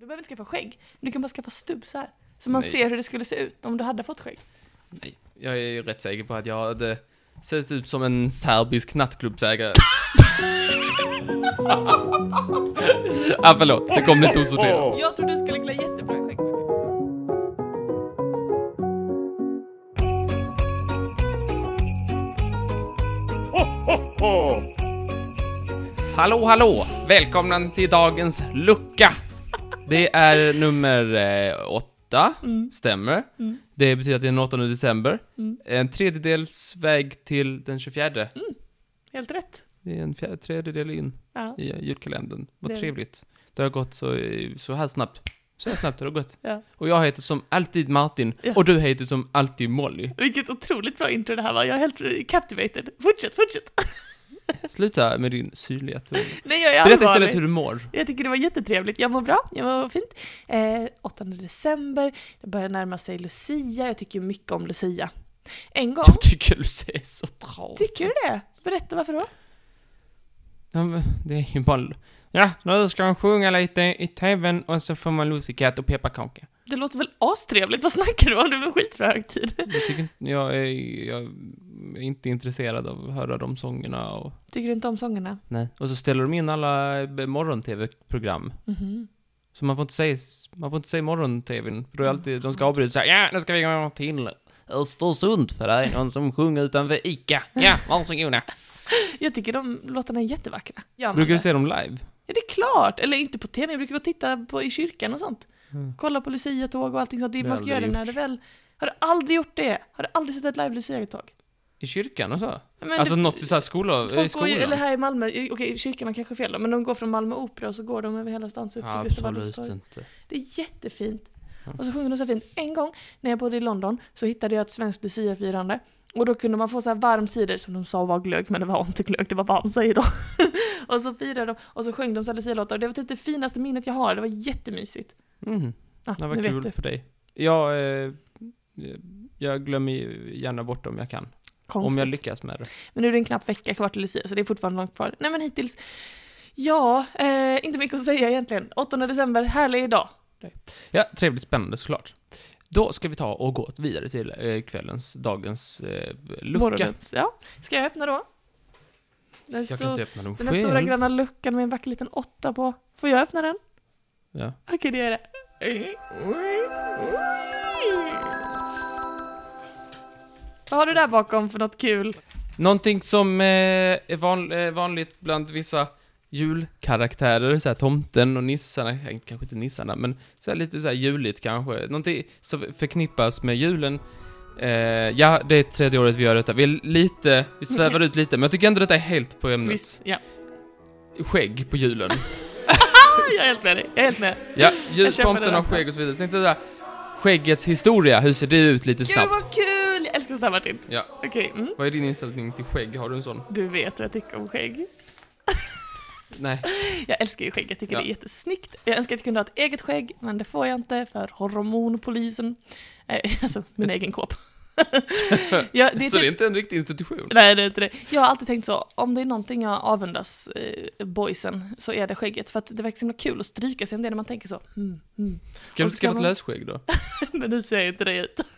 Du behöver inte skaffa skägg. Du kan bara skaffa stubsar. Så man ser hur det skulle se ut om du hade fått skägg. Nej, jag är rätt säker på att jag hade sett ut som en serbisk nattklubbsägare. Förlåt, det kom lite osorterat. Jag tror du skulle klä jättebra i skägg. Hallå, välkomna till dagens lucka. Det är nummer 8, stämmer. Det betyder att det är den 8 december. En tredjedels väg till den 24. Helt rätt. Det är en tredjedel in i julkalendern. Vad trevligt. Det har gått så här snabbt. Så här snabbt har det gått. Ja. Och jag heter som alltid Martin. Ja. Och du heter som alltid Molly. Vilket otroligt bra intro det här var. Jag är helt captivated. Fortsätt. Sluta med din syrliga ton. Nej, jag är berätta istället hur du mår. Jag tycker det var jättetrevligt. Jag mår bra, jag mår fint. 8 december, det börjar närma sig Lucia. Jag tycker mycket om Lucia. En gång... Jag tycker Lucia är så tråkigt. Tycker du det? Berätta varför då? Ja, det är ju bara... Ja, nu ska man sjunga lite i tvn och så får man lussekatt och pepparkaka. Det låter väl astrevligt. Vad snackar du om? Det är väl skitbra högtid. Jag är inte intresserad av att höra de sångerna. Och... Tycker du inte om sångerna? Nej. Och så ställer de in alla morgon-tv-program. Mm-hmm. Så man får inte säga morgon-tvn. För då är alltid, de ska avbryta så här. Ja, nu ska vi gå till Östersund för det är någon som sjunger utanför Ica. Ja, varsågoda. Jag tycker de låtarna är jättevackra. Brukar du se dem live? Ja, det är klart. Eller inte på tv. Jag brukar gå och titta på i kyrkan och sånt. Kolla på Lucia-tåg och allting sånt. Det man ska göra när det väl... Har du aldrig gjort det? Har du aldrig sett ett live Lucia-tåg? I kyrkan och så? Men alltså något i så här skolan? Eller här i Malmö. Okej, kyrkan kanske fel då. Men de går från Malmö Opera och så går de över hela stan så upp till Gustav Adolfs torg. Det är jättefint. Och så sjunger de så fint. En gång när jag bodde i London så hittade jag ett svenskt Lucia-firande. Och då kunde man få så här varm cider som de sa var glögg, men det var inte glögg, det var varm cider. Och så firade de, och så sjöng de så här Lucia-låtar. Det var typ det finaste minnet jag har, det var jättemysigt. Det var kul för dig. Jag glömmer gärna bort dem jag kan. Konstigt. Om jag lyckas med det. Men nu är det en knapp vecka kvar till Lucia, så det är fortfarande långt kvar. Nej men hittills, inte mycket att säga egentligen. 8 december, härlig idag. Ja, trevligt spännande såklart. Då ska vi ta och gå vidare till dagens lucka. Morgonens, ja. Ska jag öppna då? Jag kan inte öppna dem själv. Den här stora gröna luckan med en vacker liten 8 på. Får jag öppna den? Ja. Okej, det är det. Vad har du där bakom för något kul? Någonting som är vanligt bland vissa julkaraktärer, så här tomten och nissarna, kanske inte nissarna, men så här lite så här juligt kanske. Någonting som förknippas med julen. Ja, det är 3:e året vi gör detta. Vi svävar ut lite, men jag tycker ändå detta är helt på ämnet. Visst, ja. Skägg på julen. Jag är helt med dig. Jag är helt med. Ja, tomten har skägg och så vidare. Så tänkte jag skäggets historia, hur ser det ut lite snabbt? Gud vad kul! Jag älskar sådär, Martin. Ja. Okej. Vad är din inställning till skägg? Har du en sån? Du vet vad jag tycker om skägg. Nej. Jag älskar ju skägg, jag tycker det är jättesnyggt. Jag önskar att jag kunde ha ett eget skägg, men det får jag inte för hormonpolisen. Alltså, min egen kåp. Så det är inte en riktig institution? Nej, det är inte det. Jag har alltid tänkt så, om det är någonting jag avundas boysen så är det skägget. För att det verkar så himla kul att stryka sig en del när man tänker så. Kan du inte skaffa ett lösskägg då? Men nu ser jag inte det ut.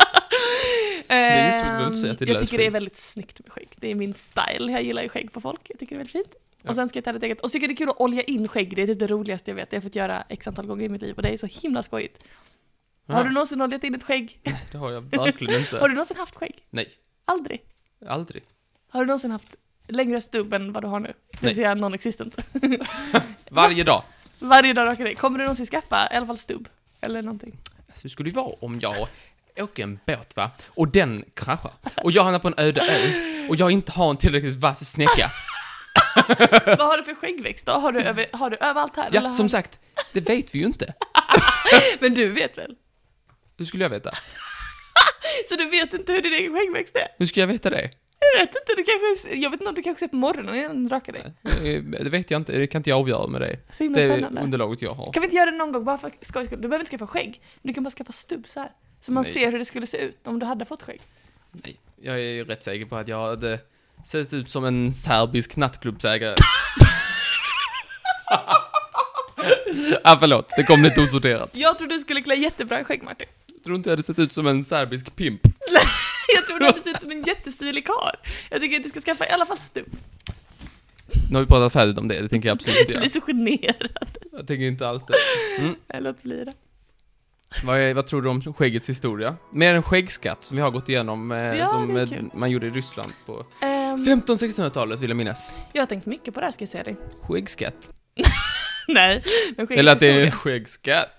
Jag tycker det är väldigt snyggt med skägg. Det är min style. Jag gillar ju skägg på folk. Jag tycker det är väldigt fint. Ja. Och sen ska jag ta det eget. Och så tycker det är kul att olja in skägg. Det är typ det roligaste jag vet. Jag har fått göra x antal gånger i mitt liv. Och det är så himla skojigt. Ja. Har du någonsin oljat in ett skägg? Nej, det har jag verkligen inte. Har du någonsin haft skägg? Nej. Aldrig? Har du någonsin haft längre stubb än vad du har nu? Det vill säga non-existent. Varje dag. Varje dag rakar det. Kommer du någonsin skaffa i alla fall stubb? Eller någonting? Så skulle det vara om jag åker en båt, va? Och den kraschar. Och jag hamnar på en öde ö. Och jag inte har en tillräckligt vass snäcka. Vad har du för skäggväxt då? Har du överallt här? Ja, eller som sagt, det vet vi ju inte. Men du vet väl? Hur skulle jag veta? Så du vet inte hur din egen skäggväxt är? Hur ska jag veta det? Jag vet inte, jag vet inte om du kanske ser på morgonen innan du rakar dig. Det vet jag inte, det kan inte jag avgöra med dig. Det är underlaget jag har. Kan vi inte göra det någon gång bara för skoj? Du behöver inte skaffa skägg, du kan bara skaffa stubsar. Så man ser hur det skulle se ut om du hade fått skägg. Nej, jag är rätt säker på att jag hade sett ut som en serbisk nattklubbsägare. Förlåt, det kom lite osorterat. Jag tror du skulle klä jättebra i skägg, Martin. Jag tror inte jag hade sett ut som en serbisk pimp. Jag tror du hade sett ut som en jättestilig karl. Jag tycker att du ska skaffa i alla fall stup. Nu har vi pratat färdigt om det tänker jag absolut inte göra. Jag blir så generad. Jag tänker inte alls det. Låt bli det. Vad tror du om skäggets historia? Mer en skäggskatt som vi har gått igenom man gjorde i Ryssland på 1500-1600-talet vill jag minnas. Jag har tänkt mycket på det här, ska jag säga dig. Skäggskatt? Nej, men skäggets eller att det är historia. skäggskatt.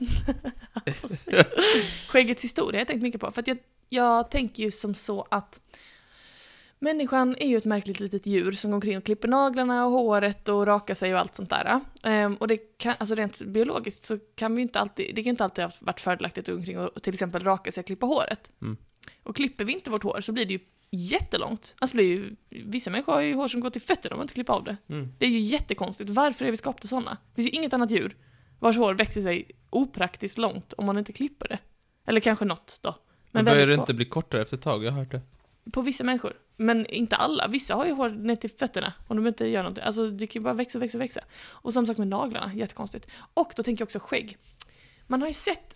Skäggets historia har jag tänkt mycket på. För att jag tänker ju som så att människan är ju ett märkligt litet djur som går omkring och klipper naglarna och håret och rakar sig och allt sånt där. Och det kan, alltså rent biologiskt så kan vi inte alltid, det kan inte alltid ha varit fördelaktigt att gå omkring och till exempel raka sig och klippa håret. Och klipper vi inte vårt hår så blir det ju jättelångt. Alltså blir ju, vissa människor har ju hår som går till fötterna om man inte klipper av det. Det är ju jättekonstigt. Varför är vi skapade sådana? Det finns ju inget annat djur vars hår växer sig opraktiskt långt om man inte klipper det. Eller kanske något då. Men börjar det inte bli kortare efter ett tag? Jag har hört det. På vissa människor. Men inte alla. Vissa har ju hår ner till fötterna om de inte gör någonting. Alltså det kan ju bara växa. Och som sagt med naglarna, jättekonstigt. Och då tänker jag också skägg. Man har ju sett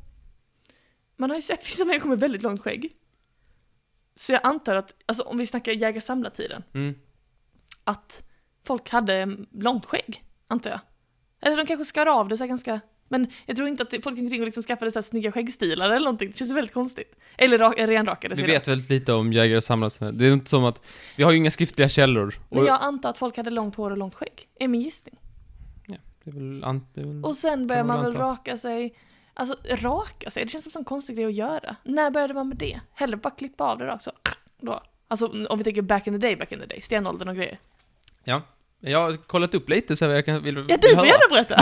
vissa människor med väldigt långt skägg. Så jag antar att, alltså om vi snackar jägar-samlartiden, att folk hade långt skägg, antar jag. Eller de kanske skar av det så här ganska... Men jag tror inte att folk omkring och liksom skaffade så här snygga skäggstilar eller någonting. Det känns väldigt konstigt. Eller renrakade sig. Vi vet väldigt lite om jägare och samlare. Det är inte som att... Vi har ju inga skriftliga källor. Men jag antar att folk hade långt hår och långt skägg. Är min gissning. Ja, det är väl och sen börjar man väl raka sig. Alltså, raka sig? Det känns som en sån konstig grej att göra. När började man med det? Hellre bara klippa av det rakt så. Då. Alltså, om vi tänker back in the day. Stenåldern och grejer. Ja, jag har kollat upp lite så jag kan... Ja, du får gärna berätta!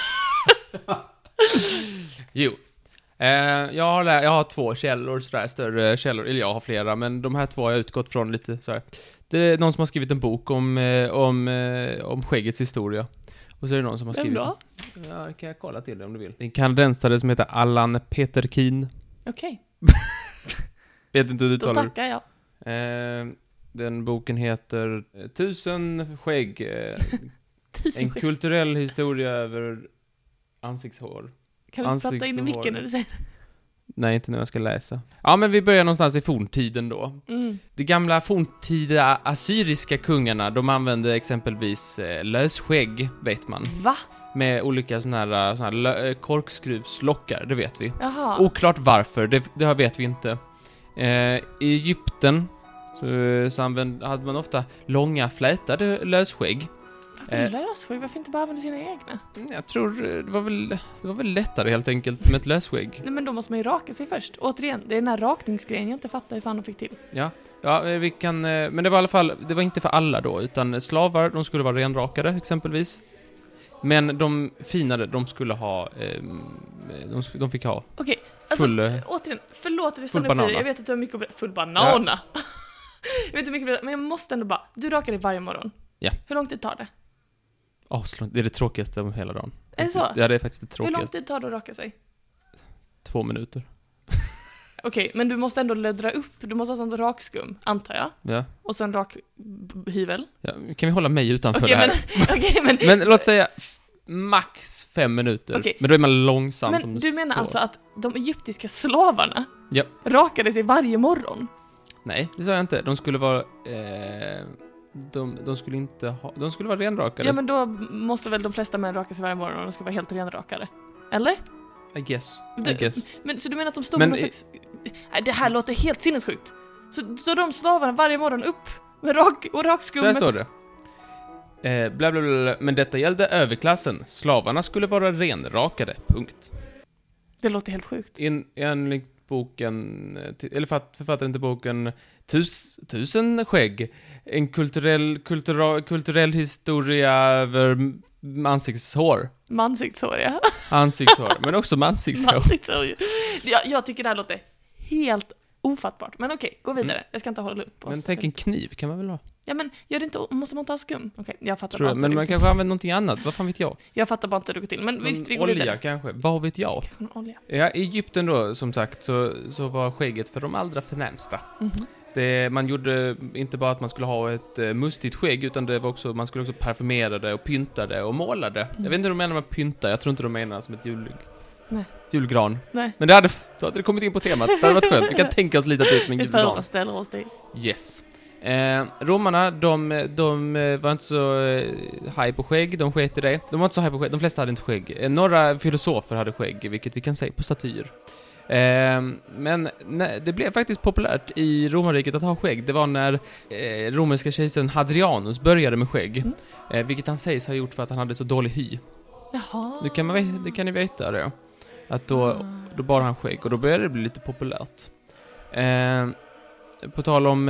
Jo. Jag har 2 källor, sådär, större källor. Eller jag har flera, men de här 2 har jag utgått från lite sådär. Det är någon som har skrivit en bok om skäggets historia. Och så är det någon som har skrivit... Ja, det kan jag kolla till det om du vill. Det är en kanadensare som heter Allan Peterkin. Okej. Vet inte hur du talar. Då tackar jag. Den boken heter 1000 skägg. En kulturell historia över ansiktshår. Kan du inte prata in i micken när du säger det? Nej, inte när jag ska läsa. Ja, men vi börjar någonstans i forntiden då. De gamla forntida assyriska kungarna, de använde exempelvis lösskägg, vet man. Va? Med olika såna här korkskruvslockar, det vet vi. Jaha. Oklart varför, det vet vi inte. I Egypten så hade man ofta långa flätade lösskägg. Varför lösskägg? Varför inte bara använda sina egna? Jag tror det var väl lättare helt enkelt med ett lösskägg. Nej, men då måste man ju raka sig först. Återigen, det är den här rakningsgrejen jag inte fattar hur fan de fick till. Ja, vi kan... Men det var i alla fall... Det var inte för alla då, utan slavar, de skulle vara renrakade exempelvis. Men de finare, de skulle ha... De fick ha... Okej, alltså återigen, förlåt att jag stannar upp. Jag vet att du har mycket att... Full banana! Ja. Jag vet inte mycket, men jag måste ändå bara... Du rakar dig varje morgon. Ja. Hur lång tid tar det? Det är det tråkigaste om hela dagen. Är det så? Ja, det är faktiskt det tråkigaste. Hur lång tid tar det att raka sig? 2 minuter. Okej, men du måste ändå löddra upp. Du måste ha sånt rakskum, antar jag. Ja. Och så en rakhyvel. Ja, kan vi hålla mig utanför det här? Men låt säga max 5 minuter. Okay. Men då är man långsam. Men som du menar alltså att de egyptiska slavarna rakade sig varje morgon? Nej, det sa jag inte. De skulle vara... De skulle vara renrakade. Ja, men då måste väl de flesta män raka sig varje morgon och de ska vara helt renrakade. Eller? I guess. Men så du menar att de stod med någon slags... Det här låter helt sinnessjukt. Så de slavarna varje morgon upp med rakskummet. Så här står det. Bla bla bla. Men detta gällde överklassen. Slavarna skulle vara renrakade. Punkt. Det låter helt sjukt. Enligt boken... Eller författaren till boken... 1000 skägg. En kulturell historia över ansiktshår. Mansiktshår, ja. Ansiktshår, men också mansiktshår. Jag tycker det här låter helt ofattbart. Men okej, gå vidare. Jag ska inte hålla upp. Men tänk en kniv kan man väl ha? Ja, men gör det inte, måste man inte ha skum? Okej, jag fattar bara. Men man kanske använder någonting annat, vad fan vet jag? Jag fattar bara inte hur det går till, men visst, vi går vidare. Olja kanske, vad vet jag? Olja. Ja, i Egypten då, som sagt, så var skägget för de allra förnämsta. Man gjorde inte bara att man skulle ha ett mustigt skägg, utan det var också, man skulle också parfymera det och pynta det och måla det. Jag vet inte hur de menar med pynta, jag tror inte de menar som ett julgran. Nej. Men då hade det kommit in på temat, det hade varit skönt. Vi kan tänka oss lite att det är som en julgran. Vi föreställer oss det. Yes. Romarna, de var inte så high på skägg, de sket i det. De var inte så high på skägg, de flesta hade inte skägg. Några filosofer hade skägg, vilket vi kan se på statyer. Men det blev faktiskt populärt i romarriket att ha skägg. Det var när romerska kejsaren Hadrianus började med skägg. Vilket han sägs ha gjort för att han hade så dålig hy. Jaha. Det kan ni veta det. Att då bar han skägg och då började det bli lite populärt. På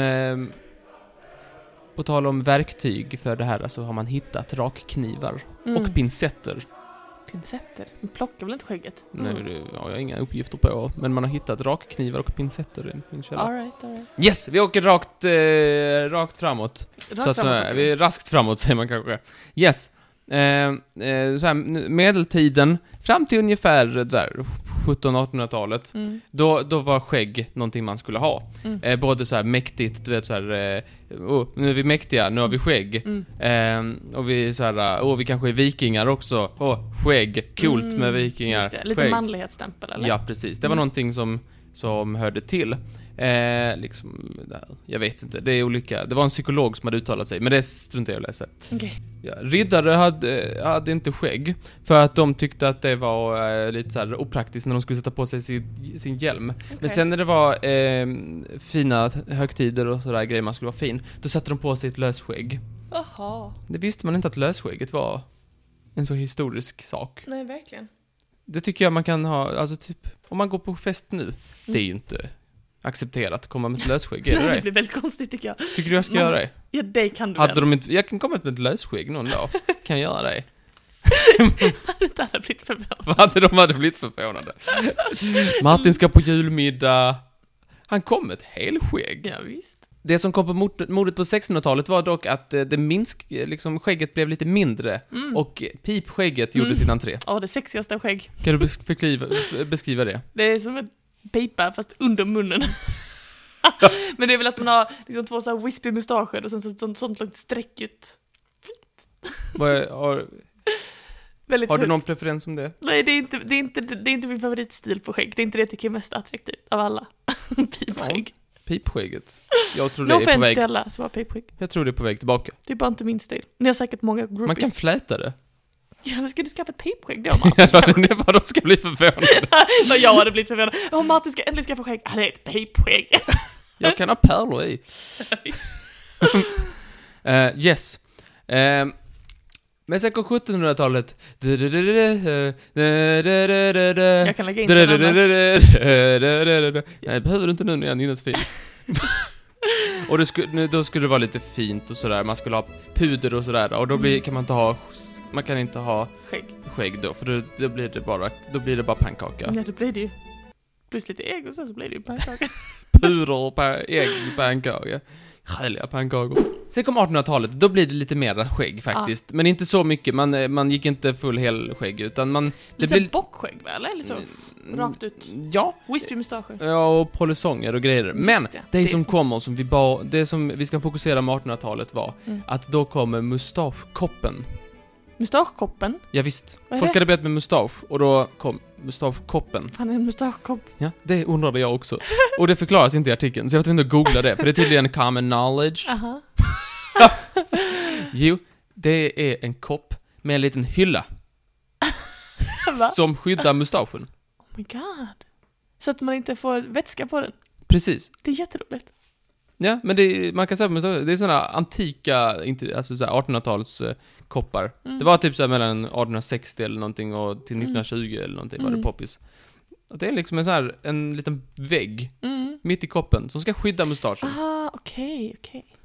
tal om verktyg för det här, så har man hittat rakknivar och pincetter. Pincetter? Man plockar väl inte skägget? Nej, det har jag inga uppgifter på. Men man har hittat rakknivar och pincetter i min källa. All right. Yes, vi åker rakt framåt. Vi är raskt framåt, säger man kanske. Yes. Så här, medeltiden fram till ungefär där 1700-1800-talet då var skägg någonting man skulle ha. Både så här mäktigt, du vet, så här, nu är vi mäktiga, nu har vi skägg. Och vi så här, vi kanske är vikingar också. Skägg, coolt med vikingar. Just det, lite skägg. Manlighetsstämpel, eller? Ja, precis. Det var någonting som hörde till. Liksom, jag vet inte, det är olika. Det var en psykolog som hade uttalat sig, men det struntar jag att läsa. Okay. Ja, riddare hade inte skägg för att de tyckte att det var lite så här opraktiskt när de skulle sätta på sig sin hjälm. Okay. Men sen när det var fina högtider och sådär grejer, man skulle vara fin, då satte de på sig ett lösskägg. Aha. Det visste man inte att lösskägget var en så historisk sak. Nej, verkligen. Det tycker jag man kan ha, alltså typ, om man går på fest nu, det är ju inte accepterat att komma med ett lösskägg, är det? Det blir väldigt konstigt, tycker jag. Tycker du jag ska göra det? Ja, det kan du väl. Jag kan komma med ett lösskägg någon dag. Kan jag göra det? Det hade blivit förvånande. Vad de hade blivit förvånande. Martin ska på julmiddag. Han kom med ett helskägg. Ja, visst. Det som kom på modet på 1600-talet var dock att liksom skägget blev lite mindre och pipskägget gjorde sin entré. Ja, det sexigaste skägg. Kan du beskriva det? Det är som ett pipa fast under munnen. Men det är väl att man har liksom två så här wispy mustascher och sen sånt långt streck ut. Har du någon preferens om det? Nej, det är inte min favoritstil på skägg. Det är inte det jag tycker är mest attraktivt av alla. Pipskägg. Pipskägget. Jag tror det är på väg. Alla som har pipskägg. Jag tror det är på väg tillbaka. Det är bara inte min stil. Ni har säkert många groupies. Man kan fläta det. Ja, men ska du skaffa ett pipskägg då, Martin? Det är bara de ska bli förvånade. Så jag hade blivit förvånad. Martin ska äntligen skaffa skägg. Han är ett pipskägg. Jag kan ha pärlor i. Yes. Men sen kom 1700-talet. Jag kan lägga in den annars. Nej, behöver du inte nu när jag nynnar så fint. Och då skulle det vara lite fint och sådär. Man skulle ha puder och sådär. Och då kan man kan inte ha skägg då. För då blir det bara pannkaka. Ja, det blir det ju. Plus lite ägg och så blir det ju pannkaka. Puder och ägg i pannkaka. Härliga pannkakor. Sen kom 1800-talet, då blir det lite mer skägg faktiskt. Men inte så mycket, man gick inte full hel skägg utan det blir bockskägg väl, eller så? Rakt ut. Ja. Wispy mustascher. Ja, och polisonger och grejer. Men det som kommer som det som vi ska fokusera med 1800-talet var att då kommer mustaschkoppen. Mustaschkoppen? Ja, visst. Folk hade börjat med mustasch och då kom mustaschkoppen. Fan, är en mustaschkopp? Ja, det undrade jag också. Och det förklaras inte i artikeln, så jag var tvungen att googla det, för det är tydligen common knowledge. Aha. Jo, det är en kopp med en liten hylla. Som skyddar mustaschen. Oh my god. Så att man inte får vätska på den. Precis. Det är jätteroligt. Ja, men man kan säga det är såna antika, alltså så här 1800-tals koppar. Det var typ så här mellan 1860 eller någonting och till 1920 eller någonting var det poppis. Och det är liksom en liten vägg mitt i koppen som ska skydda mustaschen. Aha, okej.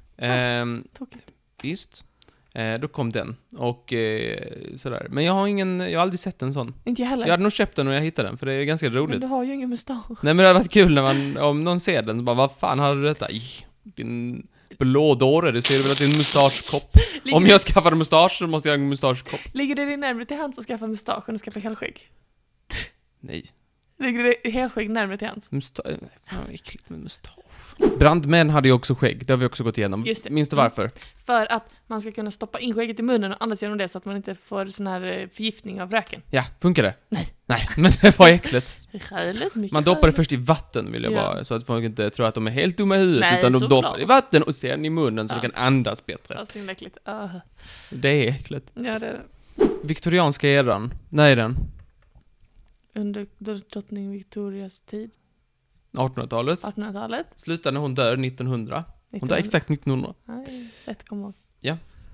Visst. Då kom den och sådär. Men jag har aldrig sett en sån. Inte jag heller. Jag hade nog köpt den och jag hittade den, för det är ganska roligt. Men du har ju ingen mustasch. Nej, men det hade varit kul om någon ser den och bara, vad fan hade du detta? Din blå dåre, det ser väl att det är en mustaschkopp. Om jag skaffar en mustasch så måste jag ha en mustaschkopp. Ligger det närmare till hands att skaffa mustaschen och skaffa helskägg? Nej. Ligger helskägg närmare till hans? Fan, äckligt med mustasch. Brandmän hade ju också skägg. Det har vi också gått igenom. Just det. Minns du varför? För att man ska kunna stoppa in skägget i munnen och andas genom det så att man inte får sån här förgiftning av röken. Ja, funkar det? Nej, men det var äckligt. Man doppar det först i vatten, vill jag bara, så att folk inte tror att de är helt dumma i huvudet. Nej, utan de doppar det i vatten och sen i munnen så de kan andas bättre. Ja, så äckligt. Det är äckligt. Ja, det är det. Viktorianska eran, när är den? Under drottning Victorias tid. 1800-talet. 1800-talet. Slutar när hon dör 1900. Hon dör exakt 1900. Nej, rätt kommer ihåg. Ja.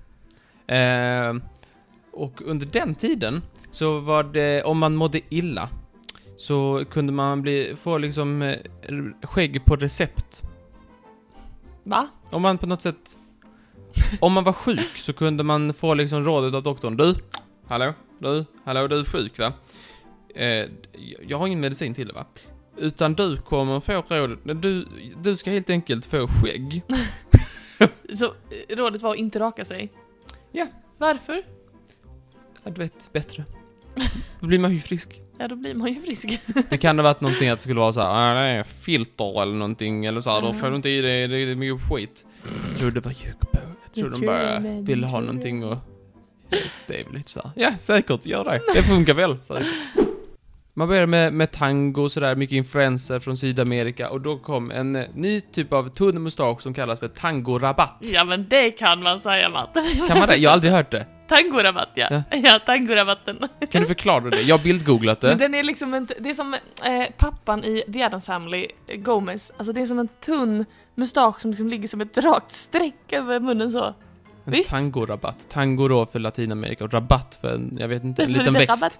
Och under den tiden så var det, om man mådde illa så kunde man få liksom skägg på recept. Va? Om man på något sätt, om man var sjuk så kunde man få liksom rådet av doktorn. Du är sjuk, va? Jag har ingen medicin till det, va? Utan du kommer få rådet. Du ska helt enkelt få skägg. Så rådet var att inte raka sig? Ja. Varför? Ja, du vet, bättre. Då blir man ju frisk. Ja, då blir man ju frisk. Det kan ha varit någonting att det skulle vara så här, det är filter eller någonting, eller så här, då får du inte i det är mycket skit. Jag tror det var Jökbo. Jag tror de bara ville ha någonting och det är väl lite så här. Ja, säkert, gör det. Det funkar väl, säkert. Man började med tango och sådär, mycket influenser från Sydamerika, och då kom en ny typ av tunn mustasch som kallas för tangorabatt. Ja, men det kan man säga, Matt. Kan man det? Jag har aldrig hört det. Tangorabatt, ja, tangorabatten. Kan du förklara det? Jag har bildgooglat det. Men den är liksom det är som pappan i The Addams Family, Gomez. Alltså det är som en tunn mustasch som liksom ligger som ett rakt streck över munnen så. Visst? Tangorabatt. Tango då för Latinamerika och rabatt för en, jag vet inte, en liten växt.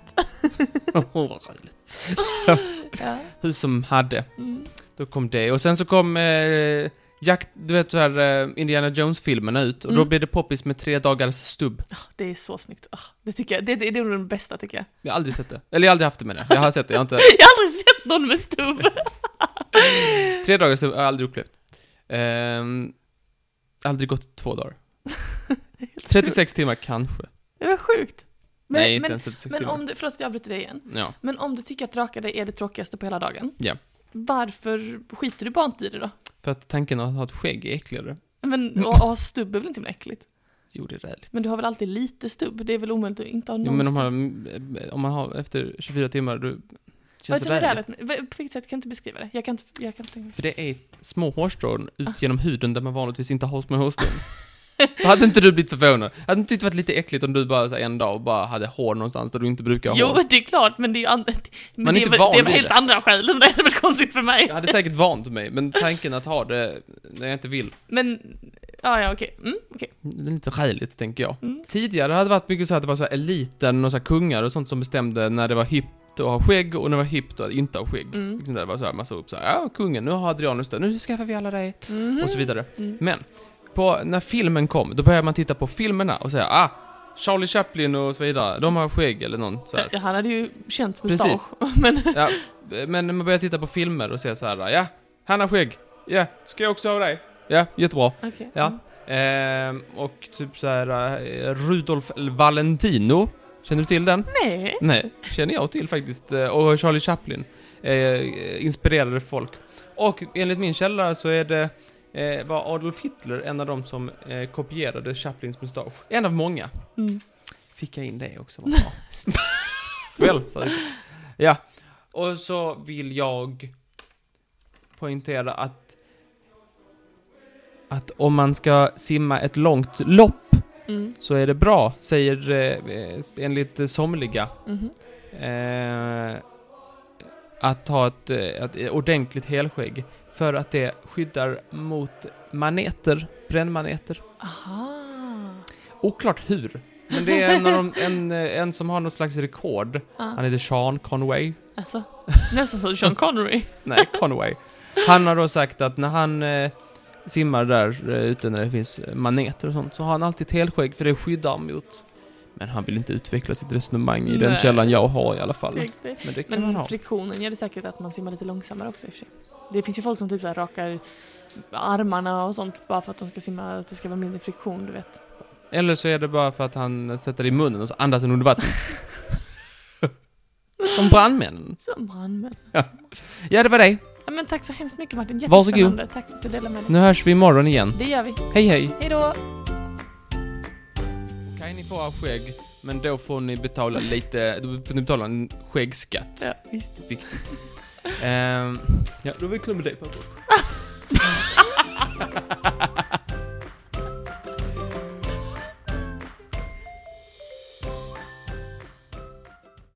Ja. Hur som hade. Då kom det. Och sen så kom Jack, du vet så här Indiana Jones-filmerna ut. Och då blev det poppis med 3 dagars stubb. Det är så snyggt. Det tycker jag. Det är nog den bästa, tycker jag. Jag har aldrig sett det. Eller jag har aldrig haft det med det. Jag har sett det. Jag har aldrig sett någon med stubb. 3 dagars stubb har jag aldrig upplevt. Aldrig gått 2 dagar. 36 timmar kanske. Det var sjukt. Nej, inte ens 36 timmar. Men om du, förlåt att jag avbryter dig igen. Ja. Men om du tycker att raka dig är det tråkigaste på hela dagen. Ja. Varför skiter du bara inte i det då? För att tanken att ha ett skägg är äckligare. Men att ha stubb är väl inte mer äckligt? Jo, det är räligt. Men du har väl alltid lite stubb? Det är väl omöjligt att inte ha någon men om man har efter 24 timmar, då känns det räligt. På vilket sätt kan jag inte beskriva det? Jag kan inte. För det är små hårstrån ut genom huden där man vanligtvis inte har små hårstrån. Hade inte du blivit förvånad? Hade inte tyckt det varit lite äckligt om du bara så en dag och bara hade hår någonstans där du inte brukar ha hår? Jo, det är klart, men det är ju men det är väl helt andra skäl än det är väl konstigt för mig. Jag hade säkert vant mig, men tanken att ha det när jag inte vill. Men, okej. Det är lite skäligt, tänker jag. Tidigare hade det varit mycket så att det var så eliten och så kungar och sånt som bestämde när det var hippt att ha skägg och när det var hippt att inte ha skägg. Liksom där var så här, man såg upp så här, kungen, nu har Adrianus det, nu skaffar vi alla det. Och så vidare. Men när filmen kom, då började man titta på filmerna och säga, Charlie Chaplin och så vidare, de har skägg eller någon så här. Han hade ju känt mustasch. Men men man börjar titta på filmer och säga så här, han har skägg. Ja, ska jag också ha det? Ja, jättebra. Okay. Ja. Och typ så här Rudolf Valentino, känner du till den? Nej, känner jag till faktiskt. Och Charlie Chaplin inspirerade folk. Och enligt min källa så är det var Adolf Hitler en av dem som kopierade Chaplins mustasch. En av många. Fick jag in det också. Väl, så ja. Och så vill jag poängtera att om man ska simma ett långt lopp så är det bra, säger enligt somliga, att ha ett ordentligt helskägg. För att det skyddar mot brännmaneter. Aha. Oklart hur. Men det är en som har något slags rekord. Han heter Sean Conway. Alltså, nästan som Sean Connery. Nej, Conway. Han har då sagt att när han simmar där ute när det finns maneter och sånt, så har han alltid ett helskägg för det skyddar mot. Men han vill inte utveckla sitt resonemang i den källan jag har i alla fall. Men det kan man ha. Friktionen gör det säkert att man simmar lite långsammare också i och för sig. Det finns ju folk som typ så här rakar armarna och sånt bara för att de ska simma, att det ska vara mindre friktion, du vet. Eller så är det bara för att han sätter det i munnen och så andas den under vattnet. Som brandmän. Som brandmän. Ja, det var det. Ja, men tack så hemskt mycket, Martin. Varsågod. Jättespännande. Tack för att du delade med dig. Nu hörs vi imorgon igen. Det gör vi. Hej, hej. Hej då. Okej, ni får ha skägg, men då får ni betala lite, då får ni betala en skäggskatt. Ja, visst. Viktigt. Ja, då är vi klar med dig, pappa.